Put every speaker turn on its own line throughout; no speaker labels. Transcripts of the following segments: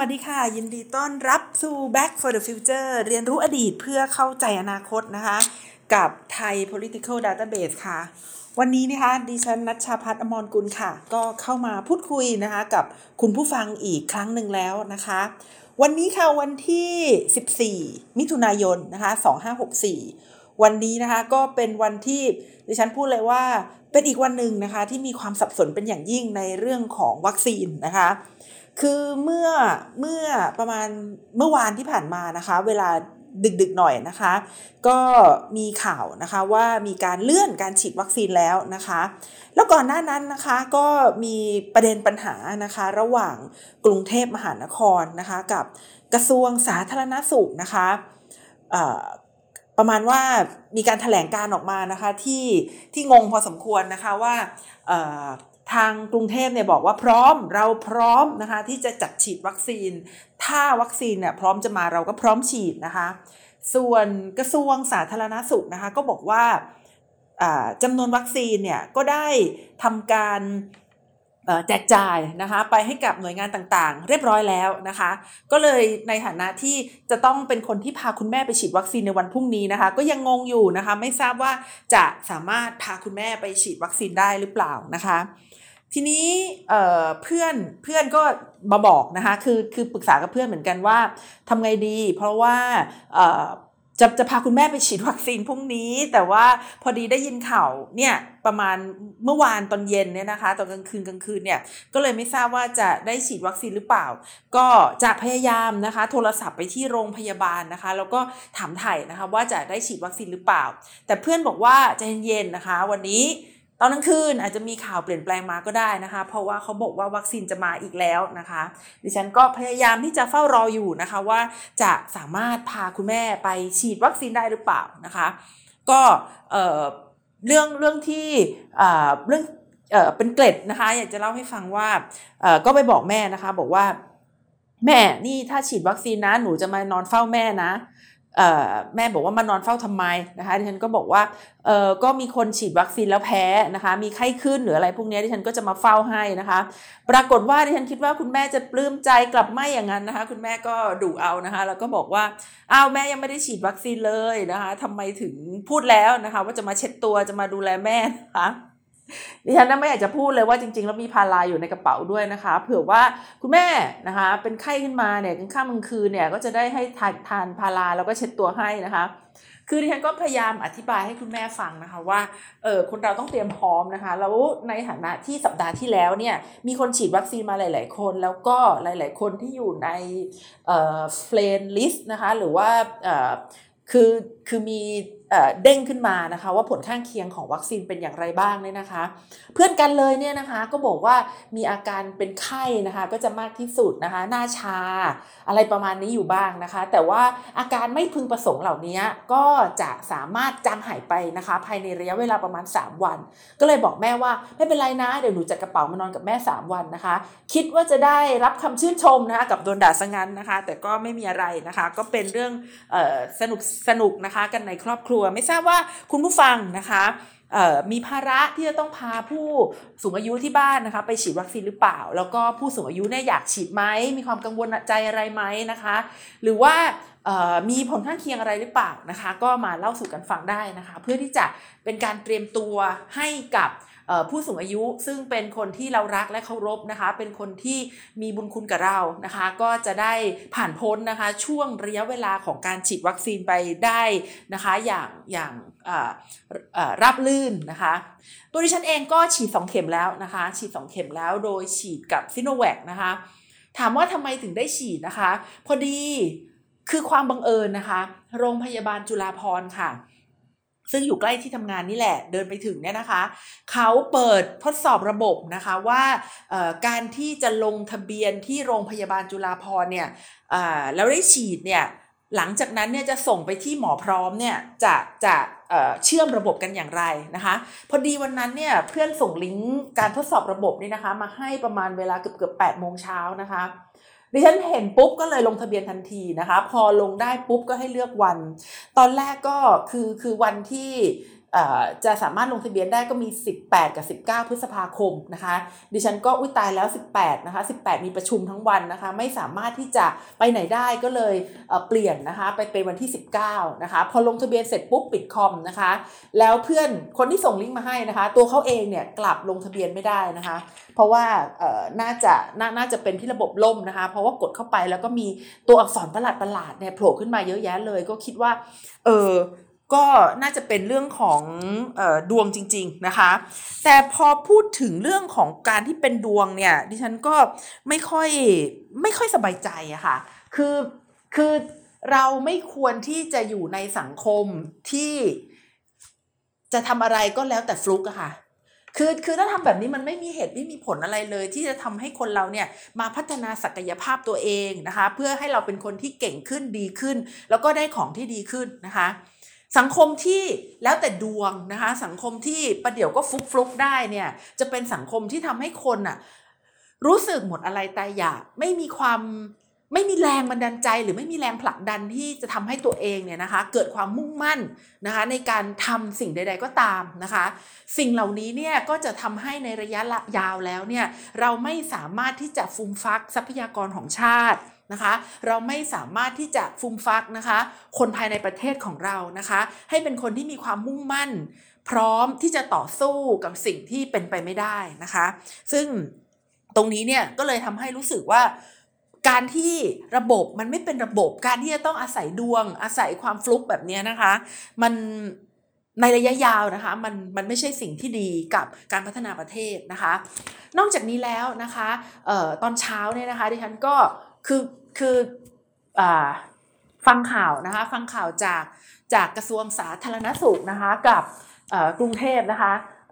วัสดีค่ะยินดีต้อนรับสู่ Back for the Future เรียนรู้อดีตเพื่อเข้าใจอนาคตนะคะกับไทย Political Database ค่ะวันนี้นะคะดิฉันณัชชาภัทร อมรกุลค่ะก็เข้ามาพูดคุยนะคะกับคุณผู้ฟังอีกครั้งหนึ่งแล้วนะคะวันนี้ค่ะวันที่14มิถุนายนนะคะ2564วันนี้นะคะก็เป็นวันที่ดิฉันพูดเลยว่าเป็นอีกวันหนึ่งนะคะที่มีความสับสนเป็นอย่างยิ่งในเรื่องของวัคซีนนะคะคือเมื่อประมาณเมื่อวานที่ผ่านมานะคะเวลาดึกๆหน่อยนะคะก็มีข่าวนะคะว่ามีการเลื่อนการฉีดวัคซีนแล้วนะคะแล้วก่อนหน้านั้นนะคะก็มีประเด็นปัญหานะคะระหว่างกรุงเทพมหานครนะคะกับกระทรวงสาธารณสุขนะคะประมาณว่ามีการแถลงการออกมานะคะที่งงพอสมควรนะคะว่าทางกรุงเทพเนี่ยบอกว่าเราพร้อมนะคะที่จะจัดฉีดวัคซีนถ้าวัคซีนเนี่ยพร้อมจะมาเราก็พร้อมฉีดนะคะส่วนกระทรวงสาธารณสุขนะคะก็บอกว่าจำนวนวัคซีนเนี่ยก็ได้ทำการแจกจ่ายนะคะไปให้กับหน่วยงานต่างๆเรียบร้อยแล้วนะคะก็เลยในฐานะที่จะต้องเป็นคนที่พาคุณแม่ไปฉีดวัคซีนในวันพรุ่งนี้นะคะก็ยังงงอยู่นะคะไม่ทราบว่าจะสามารถพาคุณแม่ไปฉีดวัคซีนได้หรือเปล่านะคะทีนี้เพื่อนก็มาบอกนะคะคือปรึกษากับเพื่อนเหมือนกันว่าทำไงดีเพราะว่าจะพาคุณแม่ไปฉีดวัคซีนพรุ่งนี้แต่ว่าพอดีได้ยินข่าวเนี่ยประมาณเมื่อวานตอนเย็นเนี่ยนะคะตอนกลางคืนเนี่ยก็เลยไม่ทราบว่าจะได้ฉีดวัคซีนหรือเปล่าก็จะพยายามนะคะโทรศัพท์ไปที่โรงพยาบาลนะคะแล้วก็ถามไถ่นะคะว่าจะได้ฉีดวัคซีนหรือเปล่าแต่เพื่อนบอกว่าใจเย็นๆนะคะวันนี้ตอนกลางคืนอาจจะมีข่าวเปลี่ยนแปลงมาก็ได้นะคะเพราะว่าเขาบอกว่าวัคซีนจะมาอีกแล้วนะคะดิฉันก็พยายามที่จะเฝ้ารออยู่นะคะว่าจะสามารถพาคุณแม่ไปฉีดวัคซีนได้หรือเปล่านะคะก็เรื่องที่เรื่องเป็นเกร็ดนะคะอยากจะเล่าให้ฟังว่าก็ไปบอกแม่นะคะบอกว่าแม่นี่ถ้าฉีดวัคซีนนะหนูจะมานอนเฝ้าแม่นะแม่บอกว่ามานอนเฝ้าทำไมนะคะดิฉันก็บอกว่าก็มีคนฉีดวัคซีนแล้วแพ้นะคะมีไข้ขึ้นหรืออะไรพวกนี้ดิฉันก็จะมาเฝ้าให้นะคะปรากฏว่าดิฉันคิดว่าคุณแม่จะปลื้มใจกลับไม่อย่างนั้นนะคะคุณแม่ก็ดุเอานะคะแล้วก็บอกว่าอ้าวแม่ยังไม่ได้ฉีดวัคซีนเลยนะคะทำไมถึงพูดแล้วนะคะว่าจะมาเช็ดตัวจะมาดูแลแม่นะคะดิฉันไม่อยากจะพูดเลยว่าจริงๆแล้วมีพาราอยู่ในกระเป๋าด้วยนะคะเผื่อว่าคุณแม่นะคะเป็นไข้ขึ้นมาเนี่ยกลางค่ำกลางคืนเนี่ยก็จะได้ให้ทานพาราแล้วก็เช็ดตัวให้นะคะคือดิฉันก็พยายามอธิบายให้คุณแม่ฟังนะคะว่าคนเราต้องเตรียมพร้อมนะคะแล้วในฐานะที่สัปดาห์ที่แล้วเนี่ยมีคนฉีดวัคซีนมาหลายๆคนแล้วก็หลายๆคนที่อยู่ในเฟรนด์ลิสต์นะคะหรือว่าคือมีเด้งขึ้นมานะคะว่าผลข้างเคียงของวัคซีนเป็นอย่างไรบ้างเนี่ยนะคะเพื่อนกันเลยเนี่ยนะคะก็บอกว่ามีอาการเป็นไข้นะคะก็จะมากที่สุดนะคะหน้าชาอะไรประมาณนี้อยู่บ้างนะคะแต่ว่าอาการไม่พึงประสงค์เหล่านี้ก็จะสามารถจางหายไปนะคะภายในระยะเวลาประมาณ3วันก็เลยบอกแม่ว่าไม่เป็นไรนะเดี๋ยวหนูจัดกระเป๋ามานอนกับแม่3วันนะคะคิดว่าจะได้รับคำชื่นชมนะคะกับโดนด่าซะงั้นนะคะแต่ก็ไม่มีอะไรนะคะก็เป็นเรื่องสนุกนะคะกันในครอบครัวไม่ทราบว่าคุณผู้ฟังนะคะมีภาระที่จะต้องพาผู้สูงอายุที่บ้านนะคะไปฉีดวัคซีนหรือเปล่าแล้วก็ผู้สูงอายุเนี่ยอยากฉีดไหมมีความกังวลใจอะไรไหมนะคะหรือว่ามีผลข้างเคียงอะไรหรือเปล่านะคะก็มาเล่าสู่กันฟังได้นะคะเพื่อที่จะเป็นการเตรียมตัวให้กับผู้สูงอายุซึ่งเป็นคนที่เรารักและเคารพนะคะเป็นคนที่มีบุญคุณกับเรานะคะก็จะได้ผ่านพ้นนะคะช่วงระยะเวลาของการฉีดวัคซีนไปได้นะคะอย่างราบรื่นนะคะตัวดิฉันเองก็ฉีด2เข็มแล้วนะคะฉีด2เข็มแล้วโดยฉีดกับซิโนแวคนะคะถามว่าทำไมถึงได้ฉีดนะคะพอดีคือความบังเอิญนะคะโรงพยาบาลจุฬาภรณ์ค่ะซึ่งอยู่ใกล้ที่ทำงานนี่แหละเดินไปถึงเนี่ยนะคะเขาเปิดทดสอบระบบนะคะว่าการที่จะลงทะเบียนที่โรงพยาบาลจุฬาภรณ์เนี่ยแล้วได้ฉีดเนี่ยหลังจากนั้นเนี่ยจะส่งไปที่หมอพร้อมเนี่ยจะเชื่อมระบบกันอย่างไรนะคะพอดีวันนั้นเนี่ยเพื่อนส่งลิงก์การทดสอบระบบนี่นะคะมาให้ประมาณเวลาเกือบ8 โมงเช้านะคะดิฉันเห็นปุ๊บก็เลยลงทะเบียนทันทีนะคะพอลงได้ปุ๊บก็ให้เลือกวันตอนแรกก็คือวันที่จะสามารถลงทะเบียนได้ก็มี18กับ19พฤษภาคมนะคะดิฉันก็ตายแล้ว18นะคะ18มีประชุมทั้งวันนะคะไม่สามารถที่จะไปไหนได้ก็เลยเปลี่ยนนะคะไปเป็นวันที่19นะคะพอลงทะเบียนเสร็จปุ๊บปิดคอมนะคะแล้วเพื่อนคนที่ส่งลิงก์มาให้นะคะตัวเขาเองเนี่ยกลับลงทะเบียนไม่ได้นะคะเพราะว่าน่าจะเป็นที่ระบบล่มนะคะเพราะว่ากดเข้าไปแล้วก็มีตัวอักษรประหลาดเนี่ยโผล่ขึ้นมาเยอะแยะเลยก็คิดว่าก็น่าจะเป็นเรื่องของดวงจริงๆนะคะแต่พอพูดถึงเรื่องของการที่เป็นดวงเนี่ยดิฉันก็ไม่ค่อยสบายใจอะค่ะคือเราไม่ควรที่จะอยู่ในสังคมที่จะทำอะไรก็แล้วแต่ฟลุกอะค่ะคือถ้าทำแบบนี้มันไม่มีเหตุไม่มีผลอะไรเลยที่จะทำให้คนเราเนี่ยมาพัฒนาศักยภาพตัวเองนะคะเพื่อให้เราเป็นคนที่เก่งขึ้นดีขึ้นแล้วก็ได้ของที่ดีขึ้นนะคะสังคมที่แล้วแต่ดวงนะคะสังคมที่ประเดี๋ยวก็ฟลุกได้เนี่ยจะเป็นสังคมที่ทำให้คนอะรู้สึกหมดอะไรตายอยากไม่มีแรงบันดาลใจหรือไม่มีแรงผลักดันที่จะทำให้ตัวเองเนี่ยนะคะเกิดความมุ่งมั่นนะคะในการทำสิ่งใดๆก็ตามนะคะสิ่งเหล่านี้เนี่ยก็จะทำให้ในระยะยาวแล้วเนี่ยเราไม่สามารถที่จะฟูมฟักทรัพยากรของชาตินะคะเราไม่สามารถที่จะฟูมฟักนะคะคนภายในประเทศของเรานะคะให้เป็นคนที่มีความมุ่งมั่นพร้อมที่จะต่อสู้กับสิ่งที่เป็นไปไม่ได้นะคะซึ่งตรงนี้เนี่ยก็เลยทำให้รู้สึกว่าการที่ระบบมันไม่เป็นระบบการที่จะต้องอาศัยดวงอาศัยความฟลุกแบบนี้นะคะมันในระยะยาวนะคะมันไม่ใช่สิ่งที่ดีกับการพัฒนาประเทศนะคะนอกจากนี้แล้วนะคะตอนเช้าเนี่ยนะคะดิฉันก็คือฟังข่าวนะคะฟังข่าวจากกระทรวงสาธารณสุขนะคะกับกรุงเทพนะคะ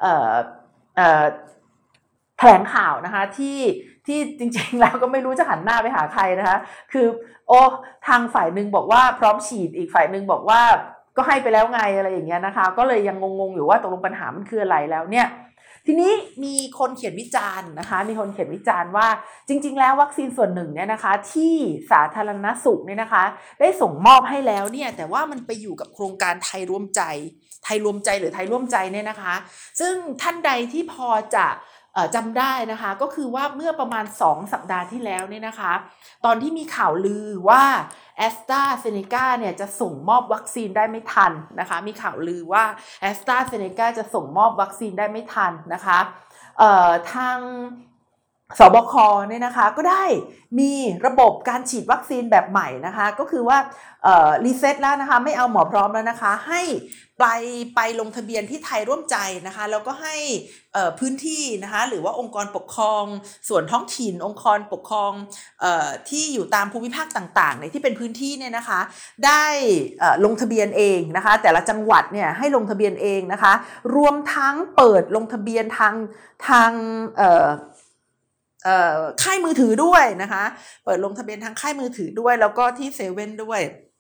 แถลงข่าวนะคะที่จริงๆแล้วก็ไม่รู้จะหันหน้าไปหาใครนะคะคือทางฝ่ายหนึ่งบอกว่าพร้อมฉีดอีกฝ่ายหนึ่งบอกว่าก็ให้ไปแล้วไงอะไรอย่างเงี้ยนะคะก็เลยยังงงๆอยู่ว่าตกลงปัญหามันคืออะไรแล้วเนี่ยทีนี้มีคนเขียนวิจารณ์นะคะมีคนเขียนวิจารณ์ว่าจริงๆแล้ววัคซีนส่วนหนึ่งเนี่ยนะคะที่สาธารณสุขเนี่ยนะคะได้ส่งมอบให้แล้วเนี่ยแต่ว่ามันไปอยู่กับโครงการไทยร่วมใจหรือไทยร่วมใจเนี่ยนะคะซึ่งท่านใดที่พอจะจำได้นะคะก็คือว่าเมื่อประมาณ2สัปดาห์ที่แล้วเนี่ยนะคะตอนที่มีข่าวลือว่า AstraZeneca เนี่ยจะส่งมอบวัคซีนได้ไม่ทันนะคะมีข่าวลือว่า AstraZeneca จะส่งมอบวัคซีนได้ไม่ทันนะคะทางสบคเนี่ยนะคะก็ได้มีระบบการฉีดวัคซีนแบบใหม่นะคะก็คือว่ารีเซ็ตแล้วนะคะไม่เอาหมอพร้อมแล้วนะคะให้ไปลงทะเบียนที่ไทยร่วมใจนะคะแล้วก็ให้พื้นที่นะคะหรือว่าองค์กรปกครองส่วนท้องถิ่นองค์กรปกครองที่อยู่ตามภูมิภาคต่างๆในที่เป็นพื้นที่เนี่ยนะคะได้ลงทะเบียนเองนะคะแต่ละจังหวัดเนี่ยให้ลงทะเบียนเองนะคะรวมทั้งเปิดลงทะเบียนทางค่ายมือถือด้วยนะคะเปิดลงทะเบียนทางค่ายมือถือด้วยแล้วก็ที่เซเว่นด้วย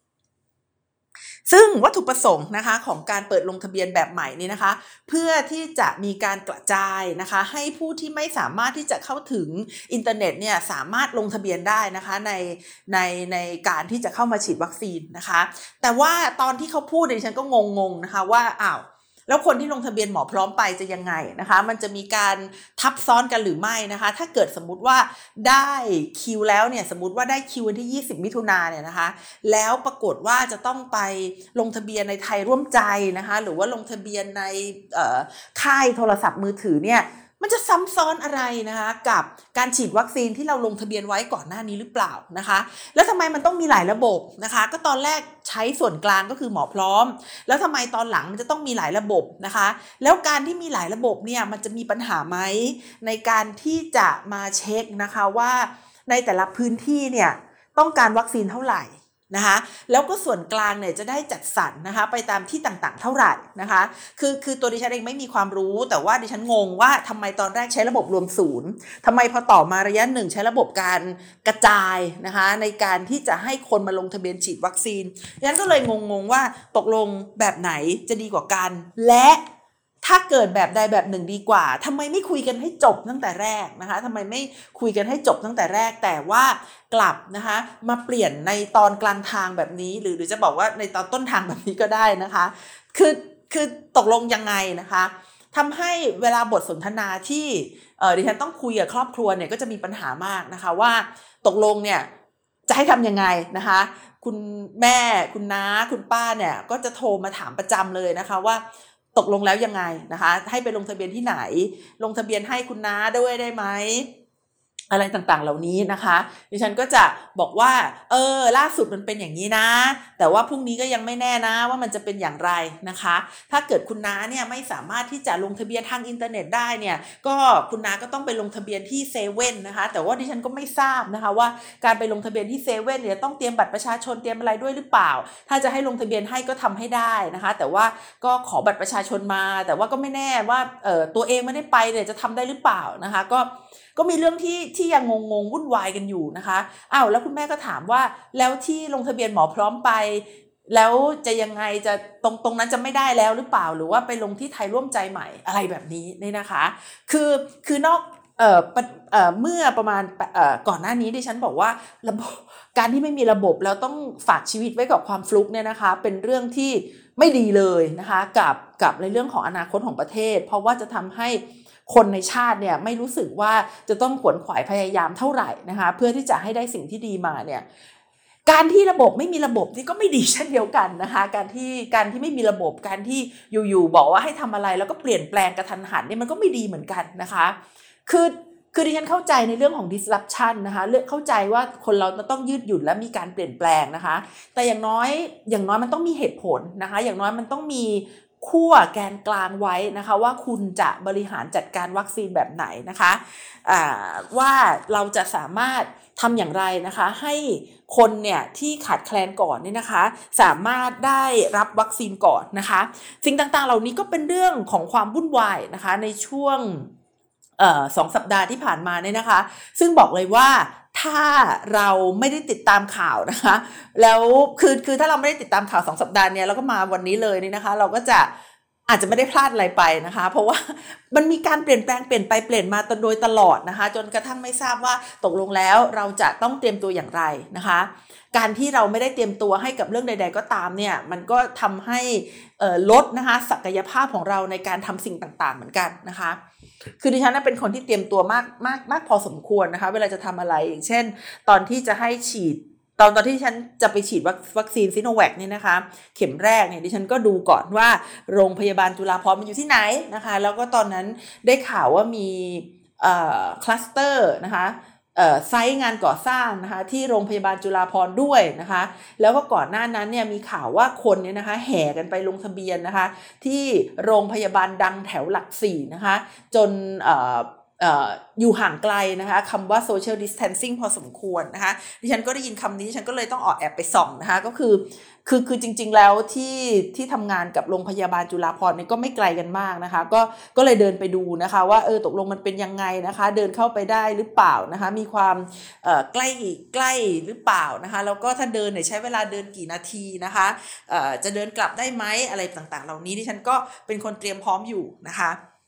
ซึ่งวัตถุประสงค์นะคะของการเปิดลงทะเบียนแบบใหม่นี้นะคะเพื่อที่จะมีการกระจายนะคะให้ผู้ที่ไม่สามารถที่จะเข้าถึงอินเทอร์เน็ตเนี่ยสามารถลงทะเบียนได้นะคะในการที่จะเข้ามาฉีดวัคซีนนะคะแต่ว่าตอนที่เขาพูดดิฉันก็งงนะคะว่าแล้วคนที่ลงทะเบียนหมอพร้อมไปจะยังไงนะคะมันจะมีการทับซ้อนกันหรือไม่นะคะถ้าเกิดสมมุติว่าได้คิวแล้วเนี่ยสมมุติว่าได้คิววันที่20มิถุนายนเนี่ยนะคะแล้วปรากฏว่าจะต้องไปลงทะเบียนในไทยร่วมใจนะคะหรือว่าลงทะเบียนในค่ายโทรศัพท์มือถือเนี่ยมันจะซ้ำซ้อนอะไรนะคะกับการฉีดวัคซีนที่เราลงทะเบียนไว้ก่อนหน้านี้หรือเปล่านะคะแล้วทำไมมันต้องมีหลายระบบนะคะก็ตอนแรกใช้ส่วนกลางก็คือหมอพร้อมแล้วทำไมตอนหลังมันจะต้องมีหลายระบบนะคะแล้วการที่มีหลายระบบเนี่ยมันจะมีปัญหาไหมในการที่จะมาเช็คนะคะว่าในแต่ละพื้นที่เนี่ยต้องการวัคซีนเท่าไหร่นะคะแล้วก็ส่วนกลางเนี่ยจะได้จัดสรรนะคะไปตามที่ต่างๆเท่าไหร่นะคะคือตัวดิฉันเองไม่มีความรู้แต่ว่าดิฉันงงว่าทำไมตอนแรกใช้ระบบรวมศูนย์ทำไมพอต่อมาระยะหนึ่งใช้ระบบการกระจายนะคะในการที่จะให้คนมาลงทะเบียนฉีดวัคซีนดิฉันก็เลยงงว่าตกลงแบบไหนจะดีกว่ากันและถ้าเกิดแบบใดแบบหนึ่งดีกว่าทำไมไม่คุยกันให้จบตั้งแต่แรกนะคะทำไมไม่คุยกันให้จบตั้งแต่แรกแต่ว่ากลับนะคะมาเปลี่ยนในตอนกลางทางแบบนี้หรือจะบอกว่าในตอนต้นทางแบบนี้ก็ได้นะคะคือคือตกลงยังไงนะคะทำให้เวลาบทสนทนาที่ดิฉันต้องคุยกับครอบครัวเนี่ยก็จะมีปัญหามากนะคะว่าตกลงเนี่ยจะให้ทำยังไงนะคะคุณแม่คุณน้าคุณป้าเนี่ยก็จะโทรมาถามประจำเลยนะคะว่าตกลงแล้วยังไงนะคะให้ไปลงทะเบียนที่ไหนลงทะเบียนให้คุณน้าด้วยได้ไหมอะไรต่างๆเหล่านี้นะคะดิฉันก็จะบอกว่าล่าสุดมันเป็นอย่างนี้นะแต่ว่าพรุ่งนี้ก็ยังไม่แน่นะว่ามันจะเป็นอย่างไรนะคะถ้าเกิดคุณน้าเนี่ยไม่สามารถที่จะลงทะเบียนทางอินเทอร์เน็ตได้เนี่ยก็คุณน้าก็ต้องไปลงทะเบียนที่เซเว่นนะคะแต่ว่าดิฉันก็ไม่ทราบนะคะว่าการไปลงทะเบียนที่เซเว่นเนี่ยต้องเตรียมบัตรประชาชนเตรียมอะไรด้วยหรือเปล่าถ้าจะให้ลงทะเบียนให้ก็ทำให้ได้นะคะแต่ว่าก็ขอบัตรประชาชนมาแต่ว่าก็ไม่แน่ว่าตัวเองไม่ได้ไปเนี่ยจะทำได้หรือเปล่านะคะก็มีเรื่องที่ยังงงวุ่นวายกันอยู่นะคะแล้วคุณแม่ก็ถามว่าแล้วที่ลงทะเบียนหมอพร้อมไปแล้วจะยังไงจะตรงนั้นจะไม่ได้แล้วหรือเปล่าหรือว่าไปลงที่ไทยร่วมใจใหม่อะไรแบบนี้นี่นะคะคือนอกเมื่อประมาณก่อนหน้านี้ดิฉันบอกว่าระบบการที่ไม่มีระบบแล้วต้องฝากชีวิตไว้กับความฟลุกเนี่ยนะคะเป็นเรื่องที่ไม่ดีเลยนะคะกับในเรื่องของอนาคตของประเทศเพราะว่าจะทำให้คนในชาติเนี่ยไม่รู้สึกว่าจะต้องขวนขวายพยายามเท่าไหร่นะคะเพื่อที่จะให้ได้สิ่งที่ดีมาเนี่ยการที่ระบบไม่มีระบบนี่ก็ไม่ดีเช่นเดียวกันนะคะการที่ไม่มีระบบการที่อยู่ๆบอกว่าให้ทำอะไรแล้วก็เปลี่ยนแปลงกระทันหันนี่มันก็ไม่ดีเหมือนกันนะคะคือดิฉันเข้าใจในเรื่องของ disruption นะคะเข้าใจว่าคนเราต้องยืดหยุ่นและมีการเปลี่ยนแปลงนะคะแต่อย่างน้อยมันต้องมีเหตุผลนะคะอย่างน้อยมันต้องมีขั้วแกนกลางไว้นะคะว่าคุณจะบริหารจัดการวัคซีนแบบไหนนะคะว่าเราจะสามารถทำอย่างไรนะคะให้คนเนี่ยที่ขาดแคลนก่อนนี่นะคะสามารถได้รับวัคซีนก่อนนะคะสิ่งต่างๆเหล่านี้ก็เป็นเรื่องของความวุ่นวายนะคะในช่วง2 สัปดาห์ที่ผ่านมาเนี่ยนะคะซึ่งบอกเลยว่าถ้าเราไม่ได้ติดตามข่าวนะคะแล้วคือถ้าเราไม่ได้ติดตามข่าว2 สัปดาห์เนี่ยแล้วก็มาวันนี้เลยนี่นะคะเราก็จะอาจจะไม่ได้พลาดอะไรไปนะคะเพราะว่ามันมีการเปลี่ยนแปลงเปลี่ยนไปเปลี่ยนมาโดยตลอดนะคะจนกระทั่งไม่ทราบว่าตกลงแล้วเราจะต้องเตรียมตัวอย่างไรนะคะการที่เราไม่ได้เตรียมตัวให้กับเรื่องใดๆก็ตามเนี่ยมันก็ทำให้ลดนะคะศักยภาพของเราในการทำสิ่งต่างๆเหมือนกันนะคะคือดิฉันเป็นคนที่เตรียมตัวมากพอสมควรนะคะเวลาจะทำอะไรอย่างเช่นตอนที่จะให้ฉีดตอนที่ฉันจะไปฉีดวัคซีนซิโนแวคนี่นะคะเข็มแรกเนี่ยดิฉันก็ดูก่อนว่าโรงพยาบาลจุฬาภรณ์มันอยู่ที่ไหนนะคะแล้วก็ตอนนั้นได้ข่าวว่ามีคลัสเตอร์นะคะไซต์งานก่อสร้างนะคะที่โรงพยาบาลจุฬาภรณ์ด้วยนะคะแล้วก็ก่อนหน้านั้นเนี่ยมีข่าวว่าคนเนี่ยนะคะแห่กันไปลงทะเบียนนะคะที่โรงพยาบาลดังแถวหลัก4นะคะจนอยู่ห่างไกลนะคะคำว่า social distancing พอสมควรนะคะดิฉันก็ได้ยินคำนี้ฉันก็เลยต้องแอบไปส่องนะคะก็คือจริงๆแล้วที่ทำงานกับโรงพยาบาลจุฬาภรณ์เนี่ยก็ไม่ไกลกันมากนะคะก็เลยเดินไปดูนะคะว่าตกลงมันเป็นยังไงนะคะเดินเข้าไปได้หรือเปล่านะคะมีความใกล้หรือเปล่านะคะแล้วก็ถ้าเดินเนี่ยใช้เวลาเดินกี่นาทีนะคะจะเดินกลับได้ไหมอะไรต่างๆเหล่านี้ดิฉันก็เป็นคนเตรียมพร้อมอยู่นะคะ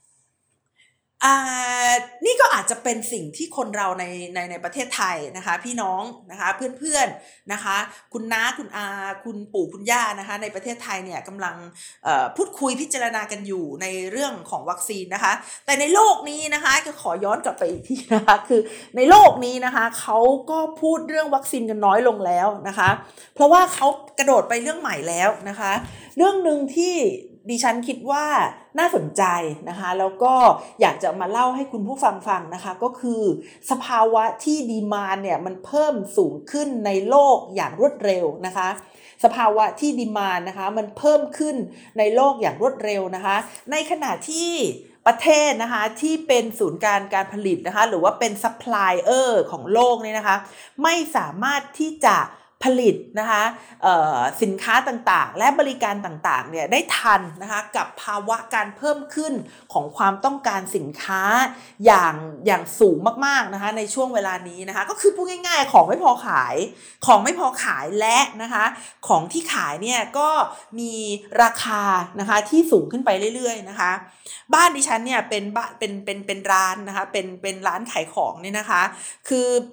นี่ก็อาจจะเป็นสิ่งที่คนเราในประเทศไทยนะคะพี่น้องนะคะเพื่อนๆนะคะคุณน้าคุณอาคุณปู่คุณย่านะคะในประเทศไทยเนี่ยกำลังพูดคุยพิจารณากันอยู่ในเรื่องของวัคซีนนะคะแต่ในโลกนี้นะคะก็ขอย้อนกลับไปอีกทีนะคะคือในโลกนี้นะคะเขาก็พูดเรื่องวัคซีนกันน้อยลงแล้วนะคะเพราะว่าเขากระโดดไปเรื่องใหม่แล้วนะคะเรื่องนึงที่ดิฉันคิดว่าน่าสนใจนะคะแล้วก็อยากจะมาเล่าให้คุณผู้ฟังนะคะก็คือสภาวะที่ดีมานด์เนี่ยมันเพิ่มสูงขึ้นในโลกอย่างรวดเร็วนะคะสภาวะที่ดีมานด์นะคะมันเพิ่มขึ้นในโลกอย่างรวดเร็วนะคะในขณะที่ประเทศนะคะที่เป็นศูนย์การผลิตนะคะหรือว่าเป็นซัพพลายเออร์ของโลกเนี่ยนะคะไม่สามารถที่จะผลิตนะคะสินค้าต่างๆและบริการต่างๆเนี่ยได้ทันนะคะกับภาวะการเพิ่มขึ้นของความต้องการสินค้าอย่างสูงมากๆนะคะในช่วงเวลานี้นะคะก็คือพูดง่ายๆของไม่พอขายและนะคะของที่ขายเนี่ยก็มีราคานะคะที่สูงขึ้นไปเรื่อยๆนะคะบ้านดิฉันเนี่ยเป็นร้านนะคะเป็นร้านขายของเนี่ยนะคะคือ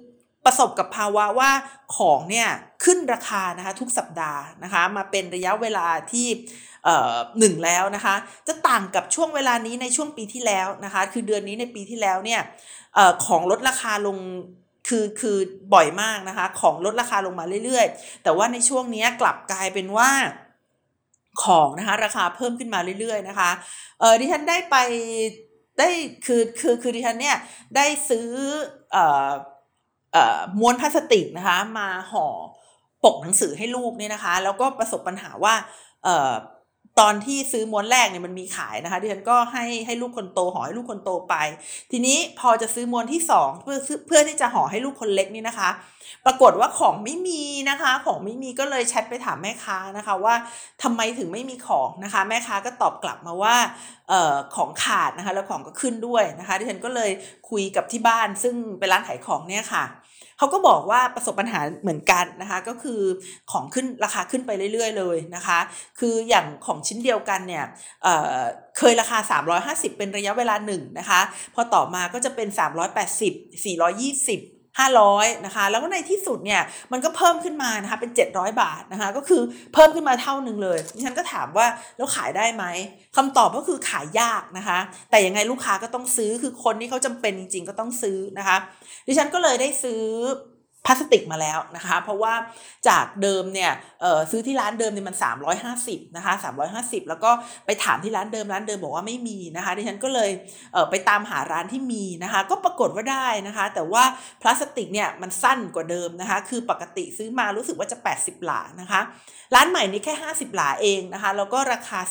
ประสบกับภาวะว่าของเนี่ยขึ้นราคานะคะทุกสัปดาห์นะคะมาเป็นระยะเวลาที่หนึ่งแล้วนะคะจะต่างกับช่วงเวลานี้ในช่วงปีที่แล้วนะคะคือเดือนนี้ในปีที่แล้วเนี่ยของลดราคาลงคือบ่อยมากนะคะของลดราคาลงมาเรื่อยๆแต่ว่าในช่วงนี้กลับกลายเป็นว่าของนะคะราคาเพิ่มขึ้นมาเรื่อยๆนะคะดิฉันได้ไปได้คือดิฉันเนี่ยได้ซื้อเอ่อม้วนพลาสติกนะคะมาห่อปกหนังสือให้ลูกเนี่ยนะคะแล้วก็ประสบปัญหาว่าเอ่อตอนที่ซื้อม้วนแรกเนี่ยมันมีขายนะคะดิฉันก็ให้ลูกคนโตห่อให้ลูกคนโตไปทีนี้พอจะซื้อม้วนที่2เพื่อที่จะห่อให้ลูกคนเล็กนี่นะคะปรากฏว่าของไม่มีนะคะของไม่มีก็เลยแชทไปถามแม่ค้านะคะว่าทำไมถึงไม่มีของนะคะแม่ค้าก็ตอบกลับมาว่าของขาดนะคะแล้วของก็ขึ้นด้วยนะคะดิฉันก็เลยคุยกับที่บ้านซึ่งเป็นร้านขายของเนี่ยค่ะเขาก็บอกว่าประสบปัญหาเหมือนกันนะคะก็คือของขึ้นราคาขึ้นไปเรื่อยๆเลยนะคะคืออย่างของชิ้นเดียวกันเนี่ยเคยราคา350เป็นระยะเวลา1นะคะพอต่อมาก็จะเป็น380 420 500นะคะแล้วก็ในที่สุดเนี่ยมันก็เพิ่มขึ้นมานะคะเป็น700บาทนะคะก็คือเพิ่มขึ้นมาเท่านึงเลยดิฉันก็ถามว่าแล้วขายได้ไหมคำตอบก็คือขายยากนะคะแต่ยังไงลูกค้าก็ต้องซื้อคือคนที่เขาจำเป็นจริงๆก็ต้องซื้อนะคะดิฉันก็เลยได้ซื้อพลาสติกมาแล้วนะคะเพราะว่าจากเดิมเนี่ยซื้อที่ร้านเดิมเนี่ยมัน350นะคะ350แล้วก็ไปถามที่ร้านเดิมบอกว่าไม่มีนะคะดิฉันก็เลยไปตามหาร้านที่มีนะคะก็ปรากฏว่าได้นะคะแต่ว่าพลาสติกเนี่ยมันสั้นกว่าเดิมนะคะคือปกติซื้อมารู้สึกว่าจะ80หลานะคะร้านใหม่นี้แค่50หลาเองนะคะแล้วก็ราคา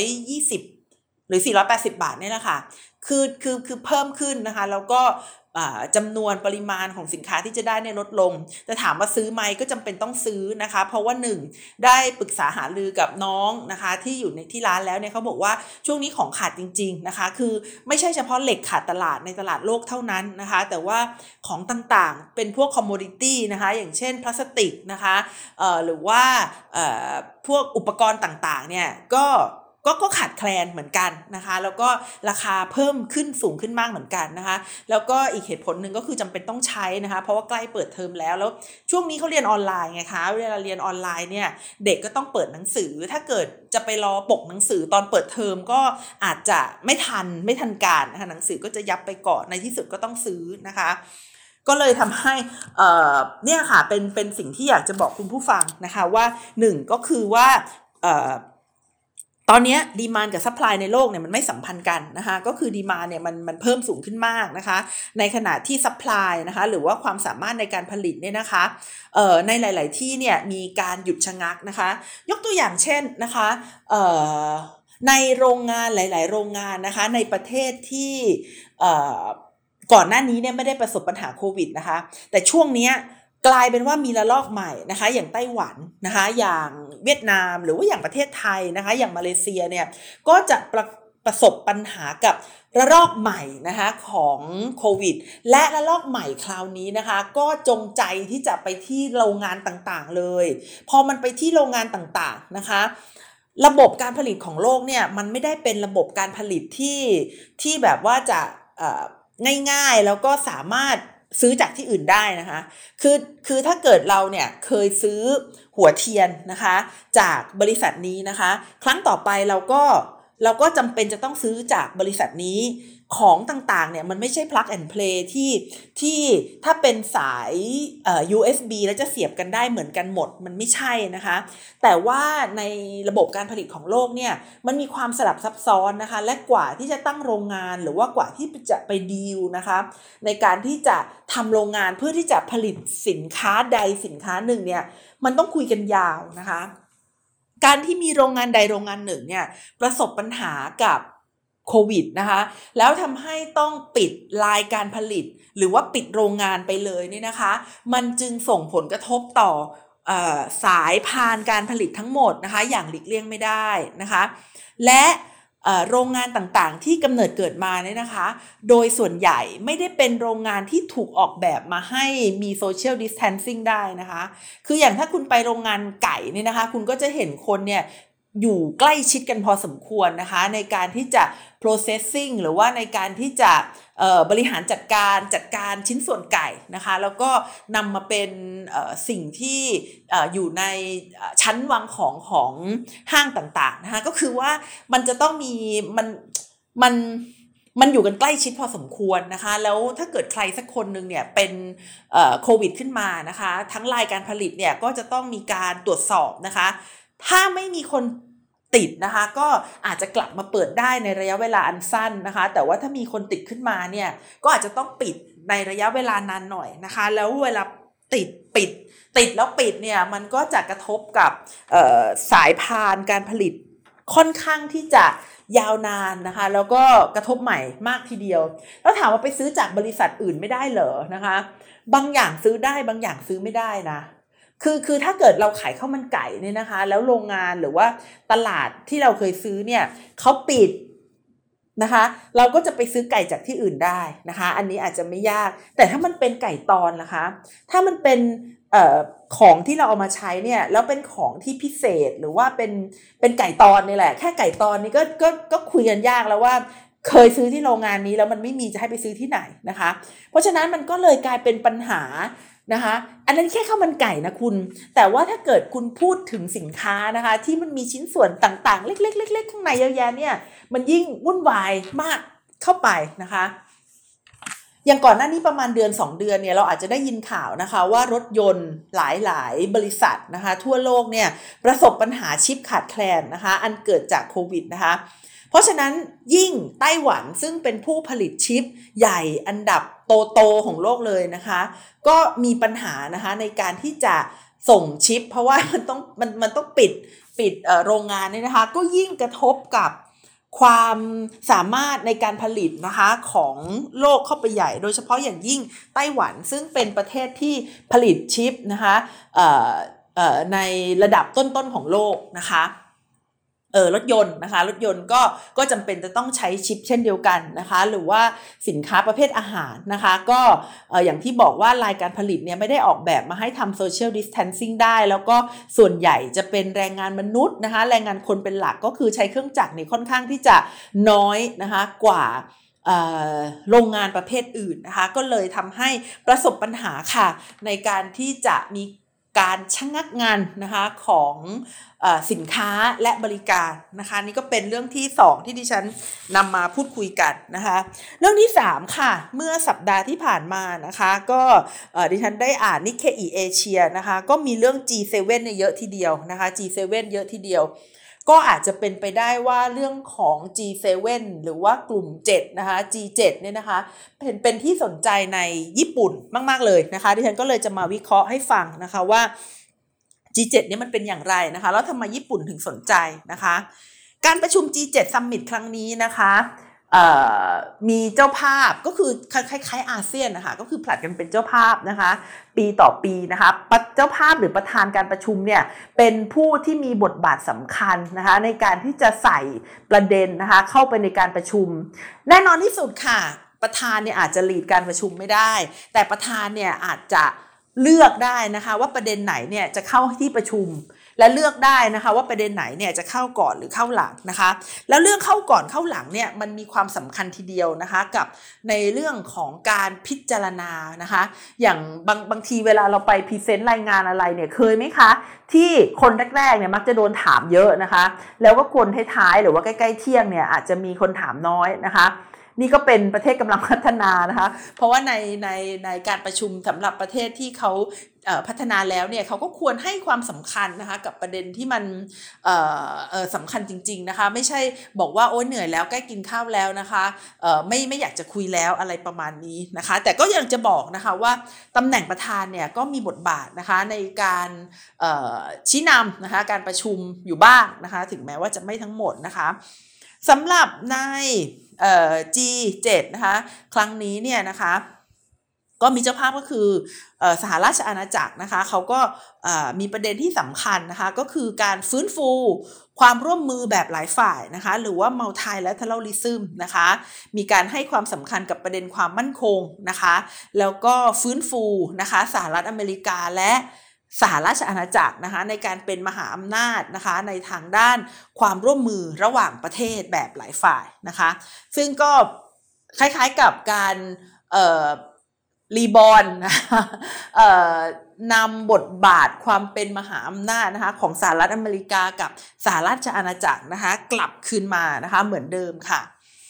420หรือ480บาทเนี่ยแหละค่ะคือเพิ่มขึ้นนะคะแล้วก็จำนวนปริมาณของสินค้าที่จะได้เนี่ยลดลงแต่ถามว่าซื้อไหมก็จำเป็นต้องซื้อนะคะเพราะว่า1ได้ปรึกษาหารือกับน้องนะคะที่อยู่ในที่ร้านแล้วเนี่ยเขาบอกว่าช่วงนี้ของขาดจริงๆนะคะคือไม่ใช่เฉพาะเหล็กขาดตลาดในตลาดโลกเท่านั้นนะคะแต่ว่าของต่างๆเป็นพวกคอมโมดิตี้นะคะอย่างเช่นพลาสติกนะคะหรือว่าพวกอุปกรณ์ต่างๆเนี่ยก็ขาดแคลนเหมือนกันนะคะแล้วก็ราคาเพิ่มขึ้นสูงขึ้นมากเหมือนกันนะคะแล้วก็อีกเหตุผลหนึ่งก็คือจำเป็นต้องใช้นะคะเพราะว่าใกล้เปิดเทอมแล้วช่วงนี้เขาเรียนออนไลน์ไงคะเวลาเรียนออนไลน์เนี่ยเด็กก็ต้องเปิดหนังสือถ้าเกิดจะไปรอปกหนังสือตอนเปิดเทอมก็อาจจะไม่ทันการนะคะหนังสือก็จะยับไปก่อนในที่สุดก็ต้องซื้อนะคะก็เลยทำให้เนี่ยค่ะเป็นสิ่งที่อยากจะบอกคุณผู้ฟังนะคะว่า1ก็คือว่าตอนนี้ดีมานด์กับซัพพลายในโลกเนี่ยมันไม่สัมพันธ์กันนะคะก็คือดีมานด์เนี่ยมันเพิ่มสูงขึ้นมากนะคะในขณะที่ซัพพลายนะคะหรือว่าความสามารถในการผลิตเนี่ยนะคะในหลายๆที่เนี่ยมีการหยุดชะงักนะคะยกตัวอย่างเช่นนะคะในโรงงานหลายๆโรงงานนะคะในประเทศที่ก่อนหน้านี้เนี่ยไม่ได้ประสบปัญหาโควิดนะคะแต่ช่วงนี้กลายเป็นว่ามีระลอกใหม่นะคะอย่างไต้หวันนะคะอย่างเวียดนามหรือว่าอย่างประเทศไทยนะคะอย่างมาเลเซียเนี่ยก็จะประสบปัญหากับระลอกใหม่นะคะของโควิดและระลอกใหม่คราวนี้นะคะก็จงใจที่จะไปที่โรงงานต่างๆเลยพอมันไปที่โรงงานต่างๆนะคะระบบการผลิตของโลกเนี่ยมันไม่ได้เป็นระบบการผลิตที่แบบว่าจะง่ายๆแล้วก็สามารถซื้อจากที่อื่นได้นะคะคือถ้าเกิดเราเนี่ยเคยซื้อหัวเทียนนะคะจากบริษัทนี้นะคะครั้งต่อไปเราก็จำเป็นจะต้องซื้อจากบริษัทนี้ของต่างๆเนี่ยมันไม่ใช่ plug and play ที่ถ้าเป็นสาย USB แล้วจะเสียบกันได้เหมือนกันหมดมันไม่ใช่นะคะแต่ว่าในระบบการผลิตของโลกเนี่ยมันมีความสลับซับซ้อนนะคะและกว่าที่จะตั้งโรงงานหรือว่ากว่าที่จะไปดีลนะคะในการที่จะทำโรงงานเพื่อที่จะผลิตสินค้าใดสินค้าหนึ่งเนี่ยมันต้องคุยกันยาวนะคะการที่มีโรงงานใดโรงงานหนึ่งเนี่ยประสบปัญหากับโควิดนะคะแล้วทำให้ต้องปิดรายการผลิตหรือว่าปิดโรงงานไปเลยนี่นะคะมันจึงส่งผลกระทบต่อสายพานการผลิตทั้งหมดนะคะอย่างหลีกเลี่ยงไม่ได้นะคะและโรงงานต่างๆที่กำเนิดเกิดมาเนี่ยนะคะโดยส่วนใหญ่ไม่ได้เป็นโรงงานที่ถูกออกแบบมาให้มี social distancing ได้นะคะคืออย่างถ้าคุณไปโรงงานไก่เนี่ยนะคะคุณก็จะเห็นคนเนี่ยอยู่ใกล้ชิดกันพอสมควรนะคะในการที่จะ processing หรือว่าในการที่จะบริหารจัดการชิ้นส่วนไก่นะคะแล้วก็นำมาเป็นสิ่งที่อยู่ในชั้นวางของห้างต่างๆนะคะก็คือว่ามันจะต้องมีมันอยู่กันใกล้ชิดพอสมควรนะคะแล้วถ้าเกิดใครสักคนหนึ่งเนี่ยเป็นโควิดขึ้นมานะคะทั้งรายการผลิตเนี่ยก็จะต้องมีการตรวจสอบนะคะถ้าไม่มีคนติดนะคะก็อาจจะกลับมาเปิดได้ในระยะเวลาอันสั้นนะคะแต่ว่าถ้ามีคนติดขึ้นมาเนี่ยก็อาจจะต้องปิดในระยะเวลานานหน่อยนะคะแล้วเวลาปิดแล้วปิดเนี่ยมันก็จะกระทบกับสายพานการผลิตค่อนข้างที่จะยาวนานนะคะแล้วก็กระทบใหม่มากทีเดียวแล้วถามว่าไปซื้อจากบริษัทอื่นไม่ได้เหรอนะคะบางอย่างซื้อได้บางอย่างซื้อไม่ได้นะคือถ้าเกิดเราขายข้าวมันไก่เนี่ยนะคะแล้วโรงงานหรือว่าตลาดที่เราเคยซื้อเนี่ยเขาปิดนะคะเราก็จะไปซื้อไก่จากที่อื่นได้นะคะอันนี้อาจจะไม่ยากแต่ถ้ามันเป็นไก่ตอนนะคะถ้ามันเป็นของที่เราเอามาใช้เนี่ยแล้วเป็นของที่พิเศษหรือว่าเป็นไก่ตอนนี่แหละแค่ไก่ตอนนี่ก็คุยกันยากแล้วว่าเคยซื้อที่โรงงานนี้แล้วมันไม่มีจะให้ไปซื้อที่ไหนนะคะเพราะฉะนั้นมันก็เลยกลายเป็นปัญหานะคะอันนั้นแค่ข้าวมันไก่นะคุณแต่ว่าถ้าเกิดคุณพูดถึงสินค้านะคะที่มันมีชิ้นส่วนต่างๆเล็กๆๆๆข้างในเยอะแยะเนี่ยมันยิ่งวุ่นวายมากเข้าไปนะคะอย่างก่อนหน้านี้ประมาณเดือน2เดือนเนี่ยเราอาจจะได้ยินข่าวนะคะว่ารถยนต์หลายๆบริษัทนะคะทั่วโลกเนี่ยประสบปัญหาชิปขาดแคลนนะคะอันเกิดจากโควิดนะคะเพราะฉะนั้นยิ่งไต้หวันซึ่งเป็นผู้ผลิตชิปใหญ่อันดับโตๆของโลกเลยนะคะก็มีปัญหานะคะในการที่จะส่งชิปเพราะว่ามันต้องปิดโรงงานเนี่ยนะคะก็ยิ่งกระทบกับความสามารถในการผลิตนะคะของโลกเข้าไปใหญ่โดยเฉพาะอย่างยิ่งไต้หวันซึ่งเป็นประเทศที่ผลิตชิปนะคะในระดับต้นๆของโลกนะคะรถยนต์นะคะรถยนต์ก็จำเป็นจะต้องใช้ชิปเช่นเดียวกันนะคะหรือว่าสินค้าประเภทอาหารนะคะก็อย่างที่บอกว่ารายการผลิตเนี่ยไม่ได้ออกแบบมาให้ทำ social distancing ได้แล้วก็ส่วนใหญ่จะเป็นแรงงานมนุษย์นะคะแรงงานคนเป็นหลักก็คือใช้เครื่องจักรเนี่ยค่อนข้างที่จะน้อยนะคะกว่าโรงงานประเภทอื่นนะคะก็เลยทำให้ประสบปัญหาค่ะในการที่จะมีการชะงักงานนะคะของสินค้าและบริการนะคะนี่ก็เป็นเรื่องที่2ที่ดิฉันนำมาพูดคุยกันนะคะเรื่องที่3ค่ะเมื่อสัปดาห์ที่ผ่านมานะคะก็ดิฉันได้อ่านนิเคอิเอเชียนะคะก็มีเรื่อง G7 เนี่ยเยอะทีเดียวนะคะ G7 เยอะทีเดียวก็อาจจะเป็นไปได้ว่าเรื่องของ G7 หรือว่ากลุ่ม7นะคะ G7 เนี่ยนะคะเป็นที่สนใจในญี่ปุ่นมากๆเลยนะคะดิฉันก็เลยจะมาวิเคราะห์ให้ฟังนะคะว่า G7 เนี่ยมันเป็นอย่างไรนะคะแล้วทำไมญี่ปุ่นถึงสนใจนะคะการประชุม G7 Summit ครั้งนี้นะคะมีเจ้าภาพก็คือคล้ายๆอาเซียนนะคะก็คือผลัดกันเป็นเจ้าภาพนะคะปีต่อปีนะคะเจ้าภาพหรือประธานการประชุมเนี่ยเป็นผู้ที่มีบทบาทสำคัญนะคะในการที่จะใส่ประเด็นนะคะเข้าไปในการประชุมแน่นอนที่สุดค่ะประธานเนี่ยอาจจะลีดการประชุมไม่ได้แต่ประธานเนี่ยอาจจะเลือกได้นะคะว่าประเด็นไหนเนี่ยจะเข้าที่ประชุมและเลือกได้นะคะว่าประเด็นไหนเนี่ยจะเข้าก่อนหรือเข้าหลังนะคะแล้วเรื่องเข้าก่อนเข้าหลังเนี่ยมันมีความสำคัญทีเดียวนะคะกับในเรื่องของการพิจารณานะคะอย่างบางทีเวลาเราไปพรีเซนต์รายงานอะไรเนี่ยเคยไหมคะที่คนแรกๆเนี่ยมักจะโดนถามเยอะนะคะแล้วก็คนท้ายๆหรือว่าใกล้ๆเที่ยงเนี่ยอาจจะมีคนถามน้อยนะคะนี่ก็เป็นประเทศกำลังพัฒนานะคะเพราะว่าในการประชุมสำหรับประเทศที่เขาพัฒนาแล้วเนี่ยเขาก็ควรให้ความสำคัญนะคะกับประเด็นที่มันสำคัญจริงๆนะคะไม่ใช่บอกว่าโอ๊ยเหนื่อยแล้วใกล้กินข้าวแล้วนะคะไม่อยากจะคุยแล้วอะไรประมาณนี้นะคะแต่ก็ยังจะบอกนะคะว่าตำแหน่งประธานเนี่ยก็มีบทบาทนะคะในการชี้นำนะคะการประชุมอยู่บ้างนะคะถึงแม้ว่าจะไม่ทั้งหมดนะคะสำหรับในG7 นะคะครั้งนี้เนี่ยนะคะก็มีเจ้าภาพก็คือสหราชอาณาจักรนะคะเขาก็มีประเด็นที่สำคัญนะคะก็คือการฟื้นฟูความร่วมมือแบบหลายฝ่ายนะคะหรือว่า multilateralism นะคะมีการให้ความสำคัญกับประเด็นความมั่นคงนะคะแล้วก็ฟื้นฟูนะคะสหรัฐอเมริกาและสหราชอาณาจักรนะคะในการเป็นมหาอำนาจนะคะในทางด้านความร่วมมือระหว่างประเทศแบบหลายฝ่ายนะคะซึ่งก็คล้ายๆกับการรีบอร์นนะคะนำบทบาทความเป็นมหาอำนาจนะคะของสหรัฐอเมริกากับสหราชอาณาจักรนะคะกลับคืนมานะคะเหมือนเดิมค่ะ